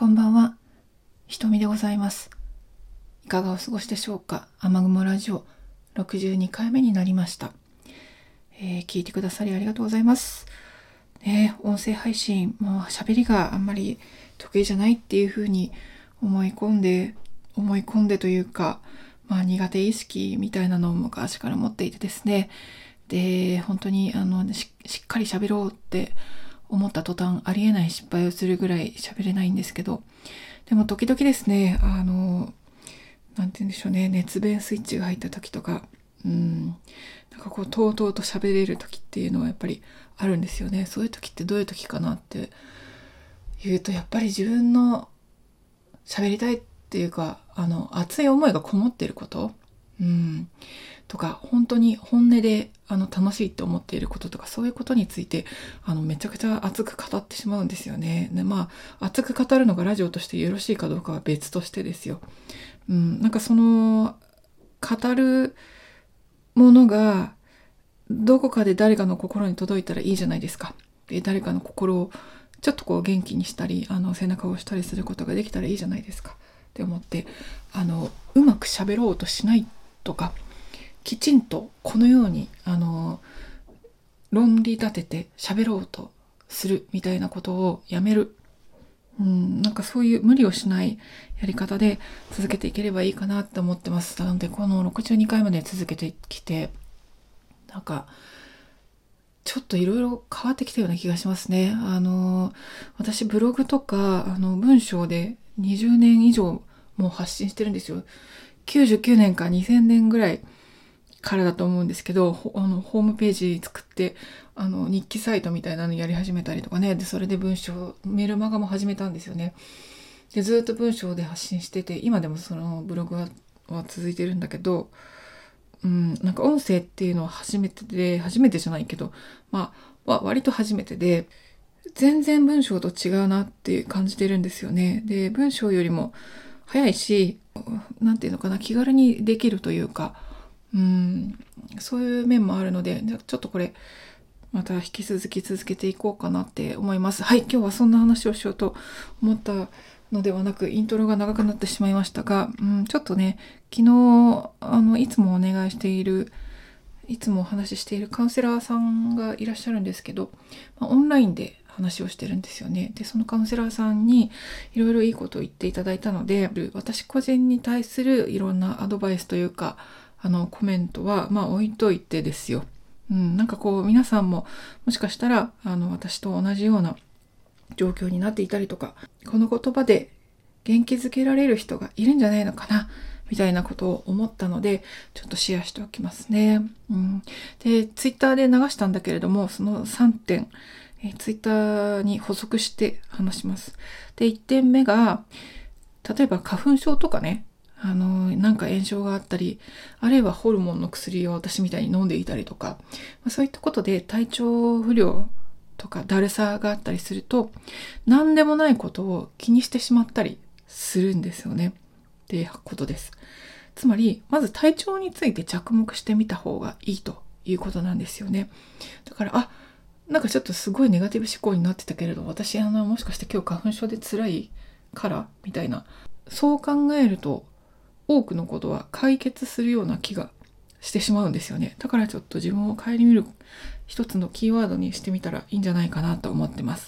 こんばんは、ひとみでございます。いかがお過ごしでしょうか。雨雲ラジオ62回目になりました。聞いてくださりありがとうございます。音声配信、もう喋りがあんまり得意じゃないっていうふうに思い込んでというか、苦手意識みたいなのを昔から持っていてですね。で、本当にしっかり喋ろうって思った途端ありえない失敗をするぐらい喋れないんですけど、でも時々ですね、なんて言うんでしょうね、熱弁スイッチが入った時とか、なんかこうとうとうと喋れる時っていうのはやっぱりあるんですよね。そういう時ってどういう時かなって言うと、やっぱり自分の喋りたいっていうか、熱い思いがこもっていること、とか、本当に本音で楽しいって思っていることとか、そういうことについてめちゃくちゃ熱く語ってしまうんですよね。で、熱く語るのがラジオとしてよろしいかどうかは別としてですよ。なんかその語るものがどこかで誰かの心に届いたらいいじゃないですか。で、誰かの心をちょっとこう元気にしたり、背中を押したりすることができたらいいじゃないですかって思って、うまく喋ろうとしないとか、きちんとこのように論理立てて喋ろうとするみたいなことをやめる。なんかそういう無理をしないやり方で続けていければいいかなって思ってます。なのでこの62回まで続けてきて、なんかちょっといろいろ変わってきたような気がしますね。私ブログとか文章で20年以上もう発信してるんですよ。99年か2000年ぐらいからだと思うんですけど、ホームページ作って日記サイトみたいなのやり始めたりとかね。で、それで文章メールマガも始めたんですよね。で、ずっと文章で発信してて、今でもそのブログは続いてるんだけど、なんか音声っていうのは初めてじゃないけど、割と初めてで、全然文章と違うなって感じてるんですよね。で、文章よりも早いし、なんていうのかな、気軽にできるというか、そういう面もあるので、ちょっとこれまた引き続き続けていこうかなって思います。はい、今日はそんな話をしようと思ったのではなく、イントロが長くなってしまいましたが、ちょっとね、昨日いつもお願いしている、いつもお話ししているカウンセラーさんがいらっしゃるんですけど、オンラインで話をしてるんですよね。で、そのカウンセラーさんにいろいろいいことを言っていただいたので、私個人に対するいろんなアドバイスというか、コメントは置いといてですよ。なんかこう皆さんももしかしたら私と同じような状況になっていたりとか、この言葉で元気づけられる人がいるんじゃないのかなみたいなことを思ったので、ちょっとシェアしておきますね。で、ツイッターで流したんだけれども、その3点、ツイッターに補足して話します。で、1点目が、例えば花粉症とかね、なんか炎症があったり、あるいはホルモンの薬を私みたいに飲んでいたりとか、そういったことで体調不良とかだるさがあったりすると、何でもないことを気にしてしまったりするんですよね。っていうことです。つまり、まず体調について着目してみた方がいいということなんですよね。だから、なんかちょっとすごいネガティブ思考になってたけれど、私もしかして今日花粉症で辛いからみたいな、そう考えると多くのことは解決するような気がしてしまうんですよね。だからちょっと自分を顧みる一つのキーワードにしてみたらいいんじゃないかなと思ってます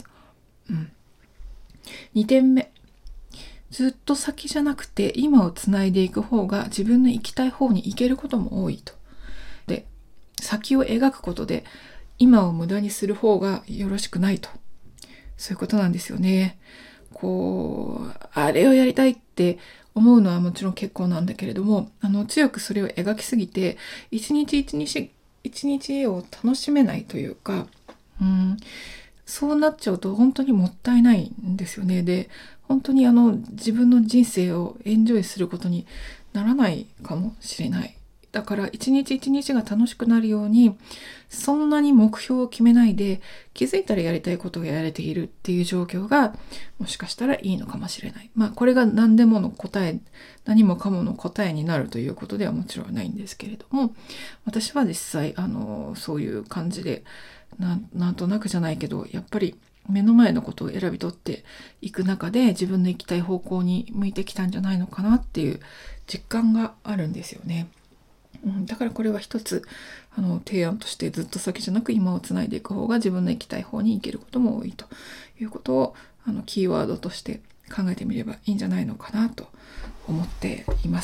。2点目。ずっと先じゃなくて今をつないでいく方が自分の行きたい方に行けることも多いと。で、先を描くことで今を無駄にする方がよろしくないと。そういうことなんですよね。あれをやりたいって思うのはもちろん結構なんだけれども、強くそれを描きすぎて、一日一日を楽しめないというか、そうなっちゃうと本当にもったいないんですよね。で、本当に自分の人生をエンジョイすることにならないかもしれない。だから一日一日が楽しくなるように、そんなに目標を決めないで、気づいたらやりたいことをやれているっていう状況がもしかしたらいいのかもしれない。これが何でもの答え、何もかもの答えになるということではもちろんないんですけれども、私は実際そういう感じでなんとなくじゃないけど、やっぱり目の前のことを選び取っていく中で自分の行きたい方向に向いてきたんじゃないのかなっていう実感があるんですよね。だからこれは一つ提案として、ずっと先じゃなく今をつないでいく方が自分の行きたい方に行けることも多いということをキーワードとして考えてみればいいんじゃないのかなと思っています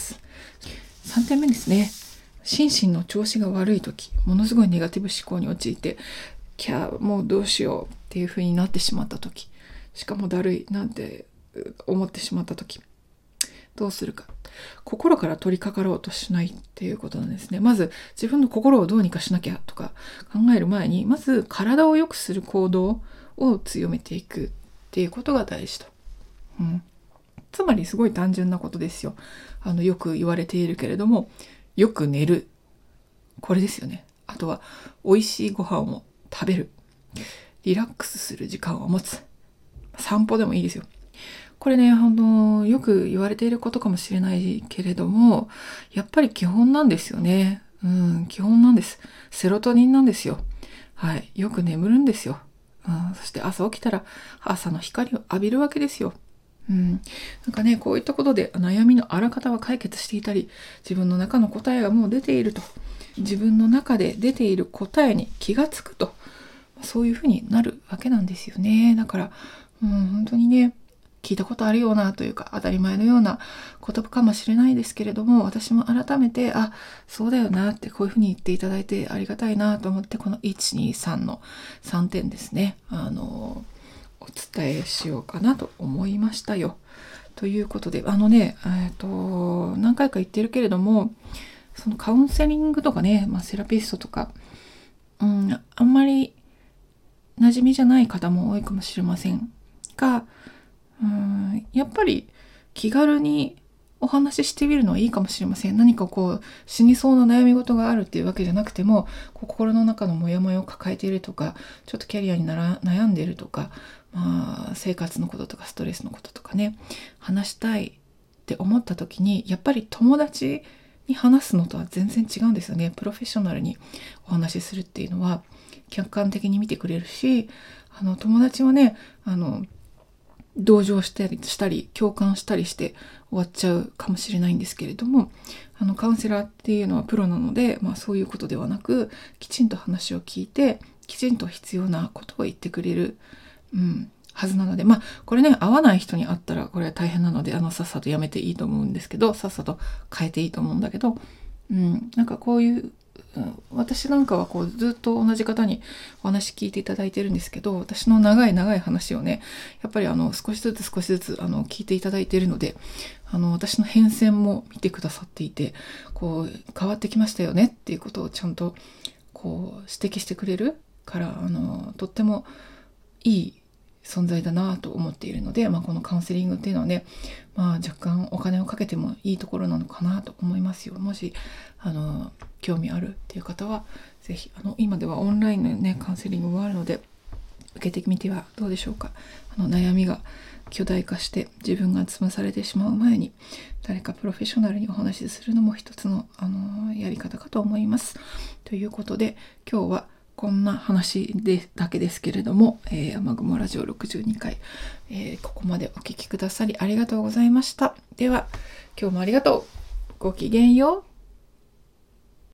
。3点目ですね。心身の調子が悪い時、ものすごいネガティブ思考に陥ってもうどうしようっていう風になってしまった時、しかもだるいなんて思ってしまった時、どうするか。心から取り掛かろうとしないっていうことなんですね。まず自分の心をどうにかしなきゃとか考える前に、まず体を良くする行動を強めていくっていうことが大事と。つまりすごい単純なことですよ。よく言われているけれども、よく寝る。これですよね。あとは美味しいご飯を食べる。リラックスする時間を持つ。散歩でもいいですよ。これね、よく言われていることかもしれないけれども、やっぱり基本なんですよね。基本なんです。セロトニンなんですよ。はい。よく眠るんですよ。そして朝起きたら朝の光を浴びるわけですよ。なんかね、こういったことで悩みのあらかたは解決していたり、自分の中の答えがもう出ていると。自分の中で出ている答えに気がつくと。そういうふうになるわけなんですよね。だから、本当にね、聞いたことあるようなというか当たり前のような言葉かもしれないですけれども、私も改めてそうだよなってこういうふうに言っていただいてありがたいなと思って、この123の3点ですね、お伝えしようかなと思いましたよ。ということで何回か言ってるけれども、そのカウンセリングとかね、セラピストとか、あんまり馴染みじゃない方も多いかもしれませんが、やっぱり気軽にお話ししてみるのはいいかもしれません。何か死にそうな悩み事があるっていうわけじゃなくても、心の中のモヤモヤを抱えているとか、ちょっとキャリアに悩んでいるとか、生活のこととかストレスのこととかね、話したいって思った時に、やっぱり友達に話すのとは全然違うんですよね。プロフェッショナルにお話しするっていうのは客観的に見てくれるし、友達はね、同情したり共感したりして終わっちゃうかもしれないんですけれども、カウンセラーっていうのはプロなので、そういうことではなく、きちんと話を聞いてきちんと必要なことを言ってくれる、はずなので、これね、合わない人に会ったらこれは大変なので、さっさとやめていいと思うんですけど、さっさと変えていいと思うんだけど、なんかこういう私なんかはずっと同じ方にお話聞いていただいてるんですけど、私の長い話をね、やっぱり少しずつ聞いていただいているので、私の変遷も見てくださっていて、変わってきましたよねっていうことをちゃんと指摘してくれるから、とってもいい存在だなと思っているので、このカウンセリングっていうのはね、若干お金をかけてもいいところなのかなと思いますよ。もし興味あるっていう方はぜひ今ではオンラインのねカウンセリングもあるので受けてみてはどうでしょうか。悩みが巨大化して自分が潰されてしまう前に、誰かプロフェッショナルにお話しするのも一つのやり方かと思います。ということで今日はこんな話だけですけれども、雨雲ラジオ62回、ここまでお聞きくださりありがとうございました。では今日もありがとう。ごきげんよう。